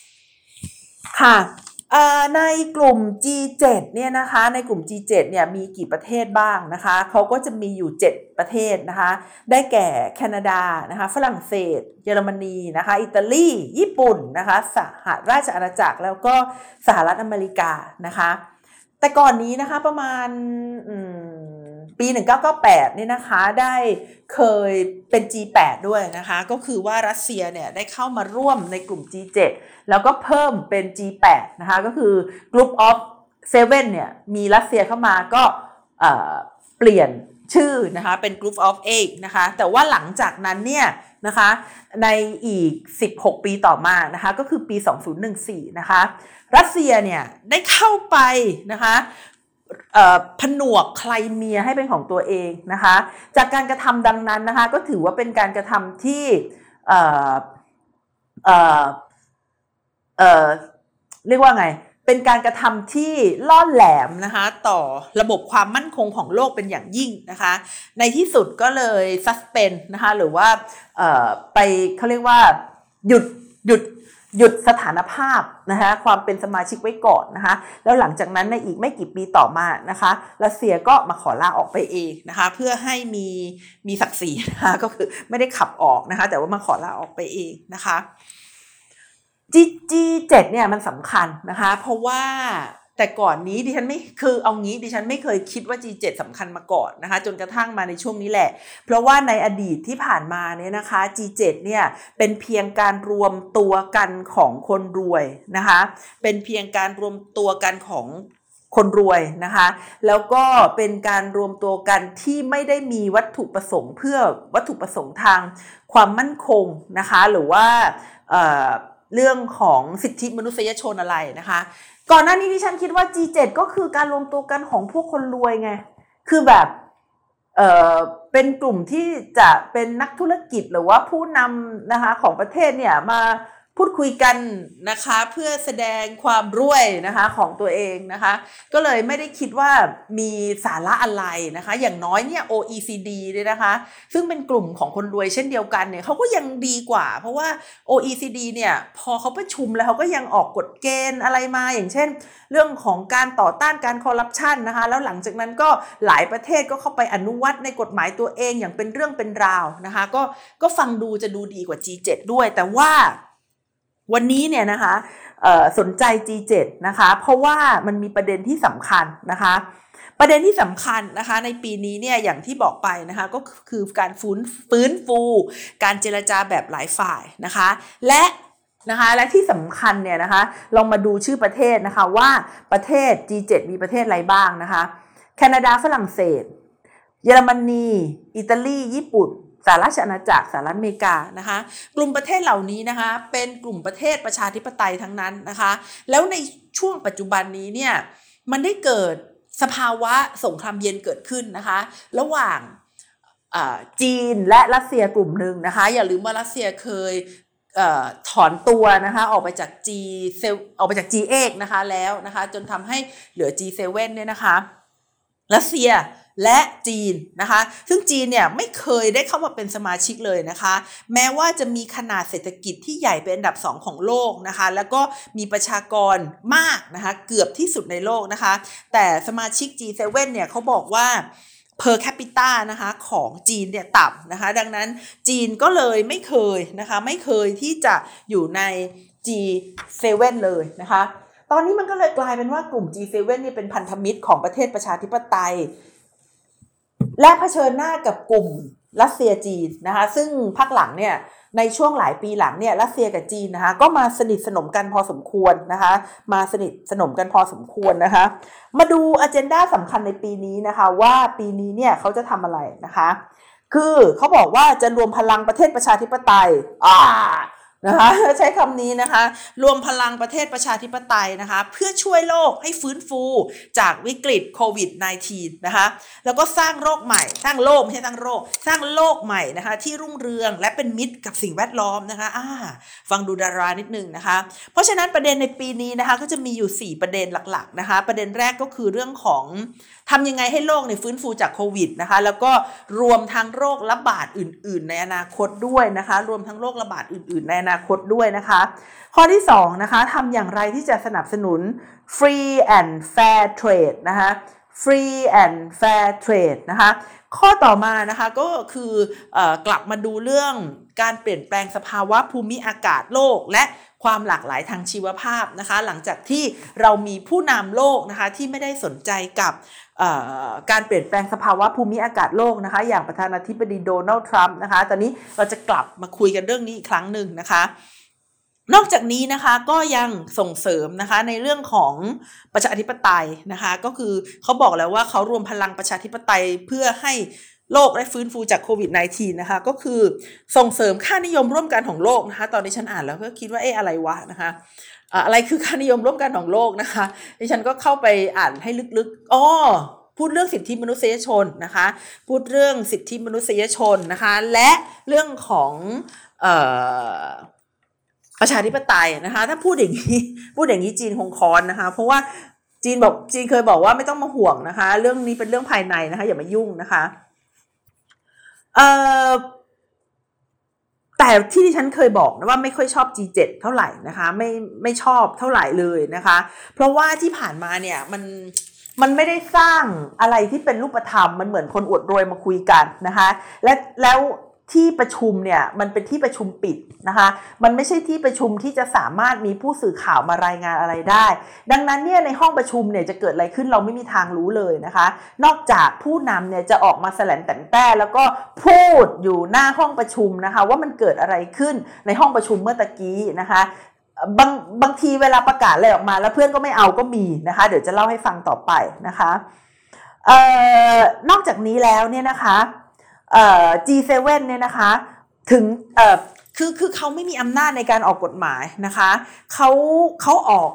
ในกลุ่ม G7 เนี่ยนะคะในกลุ่ม G7 เนี่ยมีกี่ประเทศบ้างนะคะเขาก็จะมีอยู่7ประเทศนะคะได้แก่แคนาดานะคะฝรั่งเศสเยอรมนีนะคะอิตาลีญี่ปุ่นนะคะสหราชอาณาจักรแล้วก็สหรัฐอเมริกานะคะแต่ก่อนนี้นะคะประมาณปี1998นี่นะคะได้เคยเป็น G8 ด้วยนะคะก็คือว่ารัสเซียเนี่ยได้เข้ามาร่วมในกลุ่ม G7 แล้วก็เพิ่มเป็น G8 นะคะก็คือ Group of 7เนี่ยมีรัสเซียเข้ามาก็เปลี่ยนชื่อนะคะเป็น Group of 8นะคะแต่ว่าหลังจากนั้นเนี่ยนะคะในอีก16ปีต่อมานะคะก็คือปี2014นะคะรัสเซียเนี่ยได้เข้าไปนะคะผนวกไครเมียให้เป็นของตัวเองนะคะจากการกระทำดังนั้นนะคะก็ถือว่าเป็นการกระทำที่เรียกว่าไงเป็นการกระทำที่ล่อแหลมนะคะต่อระบบความมั่นคงของโลกเป็นอย่างยิ่งนะคะในที่สุดก็เลยซัสเพนนะคะหรือว่าไปเขาเรียกว่าหยุดสถานภาพนะคะความเป็นสมาชิกไว้ก่อนนะคะแล้วหลังจากนั้นในอีกไม่กี่ปีต่อมานะคะรัสเซียก็มาขอลาออกไปเองนะคะเพื่อให้มีศักดิ์ศรีนะคะก็คือไม่ได้ขับออกนะคะแต่ว่ามาขอลาออกไปเองนะคะ G7 เนี่ยมันสำคัญนะคะเพราะว่าแต่ก่อนนี้ดิฉันไม่เคยคิดว่า G7 สำคัญมาก่อนนะคะจนกระทั่งมาในช่วงนี้แหละเพราะว่าในอดีตที่ผ่านมาเนี่ยนะคะ G7 เนี่ยเป็นเพียงการรวมตัวกันของคนรวยนะคะเป็นเพียงการรวมตัวกันของคนรวยนะคะแล้วก็เป็นการรวมตัวกันที่ไม่ได้มีวัตถุประสงค์เพื่อวัตถุประสงค์ทางความมั่นคงนะคะหรือว่าเรื่องของสิทธิมนุษยชนอะไรนะคะก่อนหน้านี้ที่ฉันคิดว่า G7 ก็คือการรวมตัวกันของพวกคนรวยไงคือแบบเป็นกลุ่มที่จะเป็นนักธุรกิจหรือว่าผู้นำนะคะของประเทศเนี่ยมาพูดคุยกันนะคะเพื่อแสดงความรวยนะคะของตัวเองนะคะก็เลยไม่ได้คิดว่ามีสาระอะไรนะคะอย่างน้อยเนี่ย OECD เนี่ยนะคะซึ่งเป็นกลุ่มของคนรวยเช่นเดียวกันเนี่ยเขาก็ยังดีกว่าเพราะว่า OECD เนี่ยพอเขาประชุมแล้วเขาก็ยังออกกฎเกณฑ์อะไรมาอย่างเช่นเรื่องของการต่อต้านการคอร์รัปชันนะคะแล้วหลังจากนั้นก็หลายประเทศก็เข้าไปอนุวัตในกฎหมายตัวเองอย่างเป็นเรื่องเป็นราวนะคะก็ฟังดูจะดูดีกว่า G7 ด้วยแต่ว่าวันนี้เนี่ยนะคะสนใจ G7 นะคะเพราะว่ามันมีประเด็นที่สำคัญนะคะประเด็นที่สำคัญนะคะในปีนี้เนี่ยอย่างที่บอกไปนะคะก็คือการฟื้นฟูการเจรจาแบบหลายฝ่ายนะคะและที่สำคัญเนี่ยนะคะลองมาดูชื่อประเทศนะคะว่าประเทศ G7 มีประเทศอะไรบ้างนะคะแคนาดาฝรั่งเศสเยอรมนีอิตาลีญี่ปุ่นสหราชอาณาจักรสหรัฐอเมริกานะคะกลุ่มประเทศเหล่านี้นะคะเป็นกลุ่มประเทศประชาธิปไตยทั้งนั้นนะคะแล้วในช่วงปัจจุบันนี้เนี่ยมันได้เกิดสภาวะสงครามเย็นเกิดขึ้นนะคะระหว่างจีนและรัสเซียกลุ่มหนึ่งนะคะอย่าลืมว่ารัสเซียเคยถอนตัวนะคะออกไปจาก G8 นะคะแล้วนะคะจนทำให้เหลือ G7 เนี่ยนะคะรัสเซียและจีนนะคะซึ่งจีนเนี่ยไม่เคยได้เข้ามาเป็นสมาชิกเลยนะคะแม้ว่าจะมีขนาดเศรษฐกิจที่ใหญ่เป็นอันดับ2ของโลกนะคะแล้วก็มีประชากรมากนะคะเกือบที่สุดในโลกนะคะแต่สมาชิก G7 เนี่ยเขาบอกว่าper capita นะคะของจีนเนี่ยต่ำนะคะดังนั้นจีนก็เลยไม่เคยที่จะอยู่ใน G7 เลยนะคะตอนนี้มันก็เลยกลายเป็นว่ากลุ่ม G7 เนี่ยเป็นพันธมิตรของประเทศประชาธิปไตยและเผชิญหน้ากับกลุ่มรัสเซียจีนนะคะซึ่งพักหลังเนี่ยในช่วงหลายปีหลังเนี่ยรัสเซียกับจีนนะคะก็มาสนิทสนมกันพอสมควรนะคะมาดูอเจนดาสำคัญในปีนี้นะคะว่าปีนี้เนี่ยเขาจะทำอะไรนะคะคือเขาบอกว่าจะรวมพลังประเทศประชาธิปไตยนะคะใช้คำนี้นะคะรวมพลังประเทศประชาธิปไตยนะคะเพื่อช่วยโลกให้ฟื้นฟูจากวิกฤตโควิด -19 นะคะแล้วก็สร้างโลกใหม่สร้างโลกไม่ใช่สร้างโลกสร้างโลกใหม่นะคะที่รุ่งเรืองและเป็นมิตรกับสิ่งแวดล้อมนะคะฟังดูดารานิดนึงนะคะเพราะฉะนั้นประเด็นในปีนี้นะคะก็จะมีอยู่4ประเด็นหลักๆนะคะประเด็นแรกก็คือเรื่องของทำยังไงให้โลกฟื้นฟูจากโควิดนะคะแล้วก็รวมทั้งโรคระบาดอื่นๆในอนาคตด้วยนะคะรวมทั้งโรคระบาดอื่นๆในอนาคตด้วยนะคะข้อที่2นะคะทำอย่างไรที่จะสนับสนุน free and fair trade นะคะ free and fair trade นะคะข้อต่อมานะคะก็คือกลับมาดูเรื่องการเปลี่ยนแปลงสภาวะภูมิอากาศโลกและความหลากหลายทางชีวภาพนะคะหลังจากที่เรามีผู้นำโลกนะคะที่ไม่ได้สนใจกับการเปลี่ยนแปลงสภาวะภูมิอากาศโลกนะคะอย่างประธานาธิบดีโดนัลด์ทรัมป์นะคะตอนนี้เราจะกลับมาคุยกันเรื่องนี้อีกครั้งหนึ่งนะคะนอกจากนี้นะคะก็ยังส่งเสริมนะคะในเรื่องของประชาธิปไตยนะคะก็คือเขาบอกแล้วว่าเขารวมพลังประชาธิปไตยเพื่อให้โลกได้ฟื้นฟูจากโควิด -19 นะคะก็คือส่งเสริมค่านิยมร่วมกันของโลกนะคะตอนนี้ฉันอ่านแล้วก็คิดว่าอะไรวะนะคะอะไรคือค่านิยมร่วมกันของโลกนะคะดิฉันก็เข้าไปอ่านให้ลึกๆพูดเรื่องสิทธิมนุษยชนนะคะพูดเรื่องสิทธิมนุษยชนนะคะและเรื่องของประชาธิปไตยนะคะถ้าพูดอย่างนี้จีนคงค้อนนะคะเพราะว่าจีนเคยบอกว่าไม่ต้องมาห่วงนะคะเรื่องนี้เป็นเรื่องภายในนะคะอย่ามายุ่งนะคะแต่ที่ดิฉันเคยบอกนะว่าไม่ค่อยชอบ G7 เท่าไหร่นะคะไม่ชอบเท่าไหร่เลยนะคะเพราะว่าที่ผ่านมาเนี่ยมันไม่ได้สร้างอะไรที่เป็นรูปธรรมมันเหมือนคนอวดรวยมาคุยกันนะคะแล้วที่ประชุมเนี่ยมันเป็นที่ประชุมปิดนะคะมันไม่ใช่ที่ประชุมที่จะสามารถมีผู้สื่อข่าวมารายงานอะไรได้ดังนั้นเนี่ยในห้องประชุมเนี่ยจะเกิดอะไรขึ้นเราไม่มีทางรู้เลยนะคะนอกจากผู้นำเนี่ยจะออกมาแสลงแต่งแต้แล้วก็พูดอยู่หน้าห้องประชุมนะคะว่ามันเกิดอะไรขึ้นในห้องประชุมเมื่อตะกี้นะคะบางทีเวลาประกาศอะไรออกมาแล้วเพื่อนก็ไม่เอาก็มีนะคะเดี๋ยวจะเล่าให้ฟังต่อไปนะคะนอกจากนี้แล้วเนี่ยนะคะG7 เนี่ยนะคะถึงคือเขาไม่มีอำนาจในการออกกฎหมายนะคะเขาออก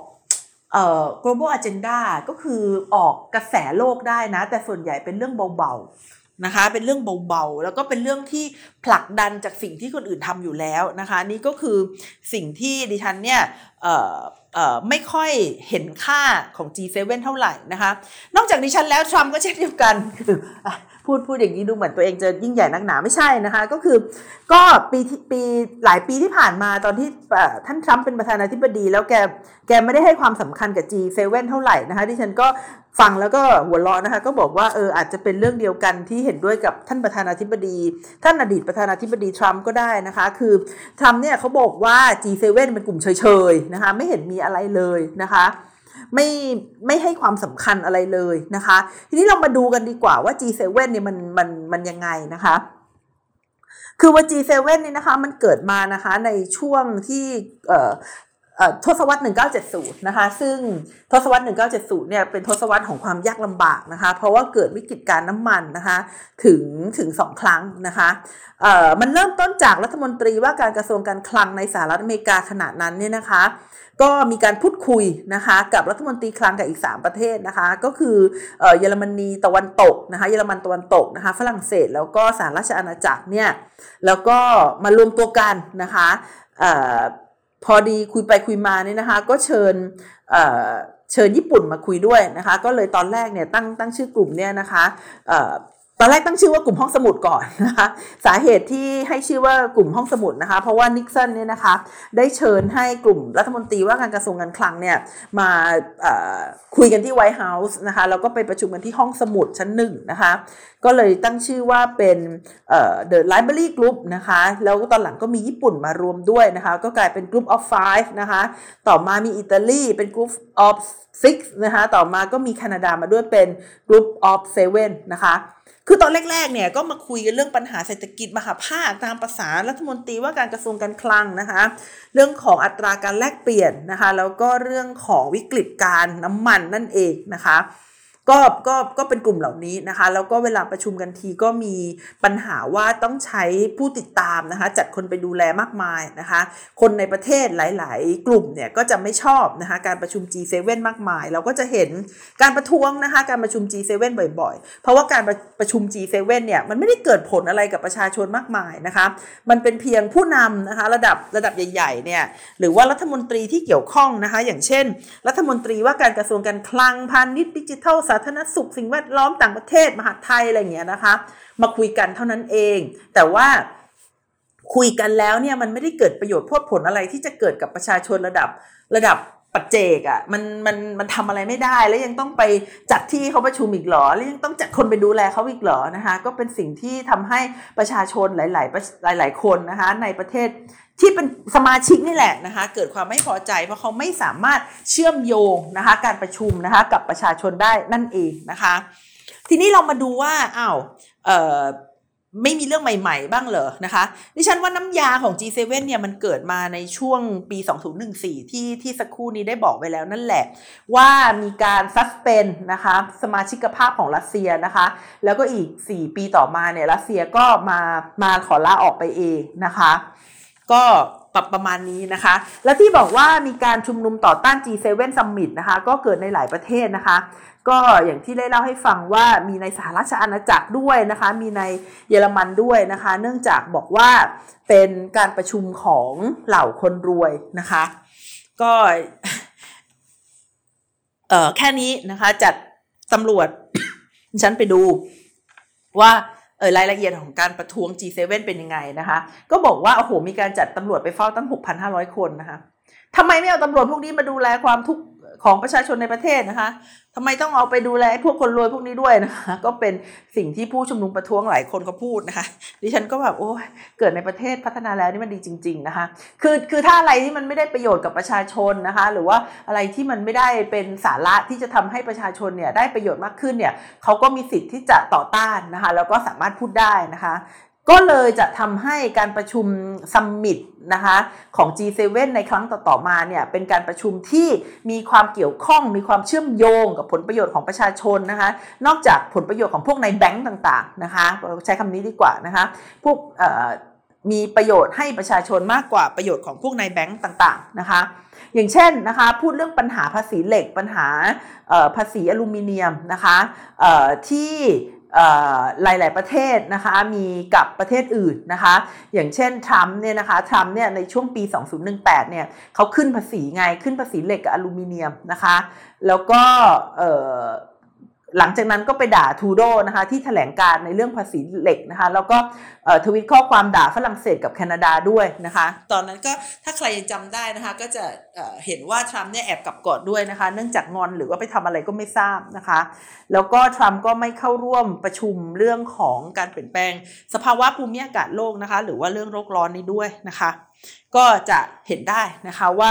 global agenda ก็คือออกกระแสโลกได้นะแต่ส่วนใหญ่เป็นเรื่องเบาๆนะคะเป็นเรื่องเบาๆแล้วก็เป็นเรื่องที่ผลักดันจากสิ่งที่คนอื่นทำอยู่แล้วนะคะนี่ก็คือสิ่งที่ดิฉันเนี่ยไม่ค่อยเห็นค่าของ G7 เท่าไหร่นะคะนอกจากดิฉันแล้วทรัมป์ก็เช่นเดียวกันคือพูดอย่างนี้ดูเหมือนตัวเองจะยิ่งใหญ่นักหนาไม่ใช่นะคะก็ปีหลายปีที่ผ่านมาตอนที่ท่านทรัมป์เป็นประธานาธิบดีแล้วแกไม่ได้ให้ความสำคัญกับ G7 เท่าไหร่นะคะที่ฉันก็ฟังแล้วก็หัวเราะนะคะก็บอกว่าอาจจะเป็นเรื่องเดียวกันที่เห็นด้วยกับท่านประธานาธิบดีท่านอดีตประธานาธิบดีทรัมป์ก็ได้นะคะคือทรัมป์เนี่ยเขาบอกว่า G7 เป็นกลุ่มเฉยๆนะคะไม่เห็นมีอะไรเลยนะคะไม่ให้ความสำคัญอะไรเลยนะคะทีนี้เรามาดูกันดีกว่าว่า G7 เนี่ยมันยังไงนะคะคือว่า G7 เนี่ยนะคะมันเกิดมานะคะในช่วงที่ทศวรรษ 1970 นะคะซึ่งทศวรรษ 1970 เนี่ยเป็นทศวรรษของความยากลำบากนะคะเพราะว่าเกิดวิกฤตการน้ำมันนะคะถึง2 ครั้งนะคะมันเริ่มต้นจากรัฐมนตรีว่าการกระทรวงการคลังในสหรัฐอเมริกาขณะนั้นเนี่ยนะคะก็มีการพูดคุยนะคะกับรัฐมนตรีคลังกับอีก3 ประเทศนะคะก็คือเยอรมนีตะวันตกนะคะเยอรมันตะวันตกนะคะฝรั่งเศสแล้วก็สหราชอาณาจักรเนี่ยแล้วก็มารวมตัวกันนะคะพอดีคุยไปคุยมาเนี่ยนะคะก็เชิญญี่ปุ่นมาคุยด้วยนะคะก็เลยตอนแรกเนี่ยตั้งชื่อกลุ่มเนี่ยนะคะตอนแรกตั้งชื่อว่ากลุ่มห้องสมุดก่อนนะคะสาเหตุที่ให้ชื่อว่ากลุ่มห้องสมุดนะคะเพราะว่านิกสันเนี่ยนะคะได้เชิญให้กลุ่มรัฐมนตรีว่าการกระทรวงการคลังเนี่ยมาคุยกันที่ไวท์เฮาส์นะคะแล้วก็ไปประชุมกันที่ห้องสมุดชั้น1นะคะก็เลยตั้งชื่อว่าเป็นThe Library Group นะคะแล้วตอนหลังก็มีญี่ปุ่นมารวมด้วยนะคะก็กลายเป็น Group of 5นะคะต่อมามีอิตาลีเป็น Group of 6นะคะต่อมาก็มีแคนาดามาด้วยเป็น Group of 7นะคะคือตอนแรกๆเนี่ยก็มาคุยกันเรื่องปัญหาเศรษฐกิจมหภาคตามภาษารัฐมนตรีว่าการกระทรวงการคลังนะคะเรื่องของอัตราการแลกเปลี่ยนนะคะแล้วก็เรื่องของวิกฤตการน้ำมันนั่นเองนะคะก็ก็เป็นกลุ่มเหล่านี้นะคะแล้วก็เวลาประชุมกันทีก็มีปัญหาว่าต้องใช้ผู้ติดตามนะคะจัดคนไปดูแลมากมายนะคะคนในประเทศหลายๆกลุ่มเนี่ยก็จะไม่ชอบนะคะการประชุม G7 มากมายเราก็จะเห็นการประท้วงนะคะการประชุม G7 บ่อยๆเพราะว่าการประชุม G7 เนี่ยมันไม่ได้เกิดผลอะไรกับประชาชนมากมายนะคะมันเป็นเพียงผู้นำนะคะระดับใหญ่ๆเนี่ยหรือว่ารัฐมนตรีที่เกี่ยวข้องนะคะอย่างเช่นรัฐมนตรีว่าการกระทรวงการคลังพาณิชย์ดิจิทัลสาธารณสุขสิ่งแวดล้อมต่างประเทศมหาดไทยอะไรอย่างเงี้ยนะคะมาคุยกันเท่านั้นเองแต่ว่าคุยกันแล้วเนี่ยมันไม่ได้เกิดประโยชน์โพดผลอะไรที่จะเกิดกับประชาชนระดับปัจเจกอ่ะมันทำอะไรไม่ได้แล้วยังต้องไปจัดที่เขาประชุมอีกหรอแล้วยังต้องจัดคนไปดูแลเขาอีกหรอนะคะก็เป็นสิ่งที่ทำให้ประชาชนหลายคนนะคะในประเทศที่เป็นสมาชิกนี่แหละนะคะเกิดความไม่พอใจเพราะเขาไม่สามารถเชื่อมโยงนะคะการประชุมนะคะกับประชาชนได้นั่นเองนะคะทีนี้เรามาดูว่าไม่มีเรื่องใหม่ๆบ้างเหรอนะคะดิฉันว่าน้ำยาของ G7 เนี่ยมันเกิดมาในช่วงปี2014ที่สักครู่นี้ได้บอกไว้แล้วนั่นแหละว่ามีการซัสเพนนะคะสมาชิกภาพของรัสเซียนะคะแล้วก็อีก4ปีต่อมาเนี่ยรัสเซียก็มาขอลาออกไปเองนะคะก็ประมาณนี้นะคะแล้วที่บอกว่ามีการชุมนุมต่อต้าน G7 Summit นะคะก็เกิดในหลายประเทศนะคะก็อย่างที่ได้เล่าให้ฟังว่ามีในสหราชอาณาจักรด้วยนะคะมีในเยอรมันด้วยนะคะเนื่องจากบอกว่าเป็นการประชุมของเหล่าคนรวยนะคะก็แค่นี้นะคะจัดตำรวจ ฉันไปดูว่ารายละเอียดของการประท้วง G7 เป็นยังไงนะคะก็บอกว่าโอ้โหมีการจัดตำรวจไปเฝ้าตั้ง 6,500 คนนะคะทำไมไม่เอาตำรวจพวกนี้มาดูแลความทุกข์ของประชาชนในประเทศนะคะทำไมต้องเอาไปดูแลพวกคนรวยพวกนี้ด้วยนะคะก็เป็นสิ่งที่ผู้ชุมนุมประท้วงหลายคนเขาพูดนะคะดิฉันก็แบบโอ้ยเกิดในประเทศพัฒนาแล้วนี่มันดีจริงๆนะคะคือถ้าอะไรที่มันไม่ได้ประโยชน์กับประชาชนนะคะหรือว่าอะไรที่มันไม่ได้เป็นสาระที่จะทำให้ประชาชนเนี่ยได้ประโยชน์มากขึ้นเนี่ยเขาก็มีสิทธิ์ที่จะต่อต้านนะคะแล้วก็สามารถพูดได้นะคะก็เลยจะทำให้การประชุมซัมมิตนะคะของ G7 ในครั้งต่อๆมาเนี่ยเป็นการประชุมที่มีความเกี่ยวข้องมีความเชื่อมโยงกับผลประโยชน์ของประชาชนนะคะนอกจากผลประโยชน์ของพวกในแบงก์ต่างๆนะคะใช้คำนี้ดีกว่านะคะพวกมีประโยชน์ให้ประชาชนมากกว่าประโยชน์ของพวกในแบงก์ต่างๆนะคะอย่างเช่นนะคะพูดเรื่องปัญหาภาษีเหล็กปัญหาภาษีอลูมิเนียมนะคะที่หลายๆประเทศนะคะมีกับประเทศอื่นนะคะอย่างเช่นทรัมป์เนี่ยนะคะทรัมป์เนี่ยในช่วงปี2018เนี่ยเขาขึ้นภาษีขึ้นภาษีเหล็กกับอลูมิเนียมนะคะแล้วก็หลังจากนั้นก็ไปด่าทูโดนะคะที่แถลงการในเรื่องภาษีเหล็กนะคะแล้วก็ทวิตข้อความด่าฝรั่งเศสกับแคนาดาด้วยนะคะตอนนั้นก็ถ้าใครจำได้นะคะก็จะเห็นว่าทรัมป์เนี่ยแอบกลับกอดด้วยนะคะเนื่องจากงอนหรือว่าไปทำอะไรก็ไม่ทราบนะคะแล้วก็ทรัมป์ก็ไม่เข้าร่วมประชุมเรื่องของการเปลี่ยนแปลงสภาวะภูมิอากาศโลกนะคะหรือว่าเรื่องโลกร้อนนี้ด้วยนะคะก็จะเห็นได้นะคะว่า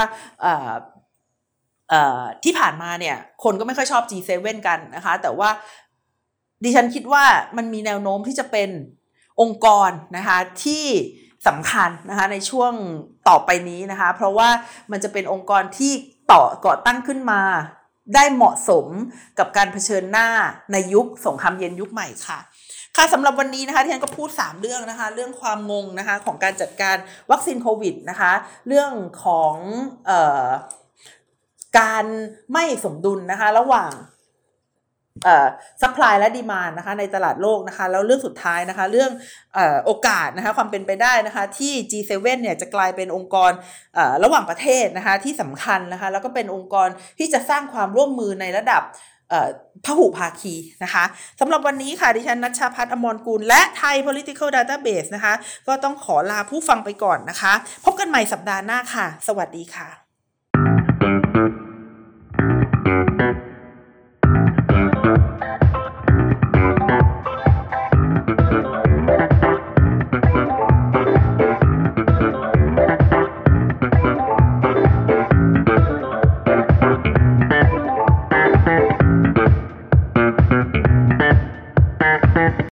ที่ผ่านมาเนี่ยคนก็ไม่ค่อยชอบ G7 กันนะคะแต่ว่าดิฉันคิดว่ามันมีแนวโน้มที่จะเป็นองค์กรนะคะที่สำคัญนะคะในช่วงต่อไปนี้นะคะเพราะว่ามันจะเป็นองค์กรที่ก่อตั้งขึ้นมาได้เหมาะสมกับการเผชิญหน้าในยุคสงครามเย็นยุคใหม่ค่ะสำหรับวันนี้นะคะที่ฉันก็พูด3เรื่องนะคะเรื่องความงงนะคะของการจัดการวัคซีนโควิดนะคะเรื่องของการไม่สมดุลนะคะระหว่างซัพพลายและดีมานด์นะคะในตลาดโลกนะคะแล้วเรื่องสุดท้ายนะคะเรื่องโอกาสนะคะความเป็นไปได้นะคะที่ G7 เนี่ยจะกลายเป็นองค์กรระหว่างประเทศนะคะที่สำคัญนะคะแล้วก็เป็นองค์กรที่จะสร้างความร่วมมือในระดับพหุภาคีนะคะสำหรับวันนี้ค่ะดิฉันณัชชาภัทร อมรกุลและ Thai Political Database นะคะก็ต้องขอลาผู้ฟังไปก่อนนะคะพบกันใหม่สัปดาห์หน้าค่ะสวัสดีค่ะ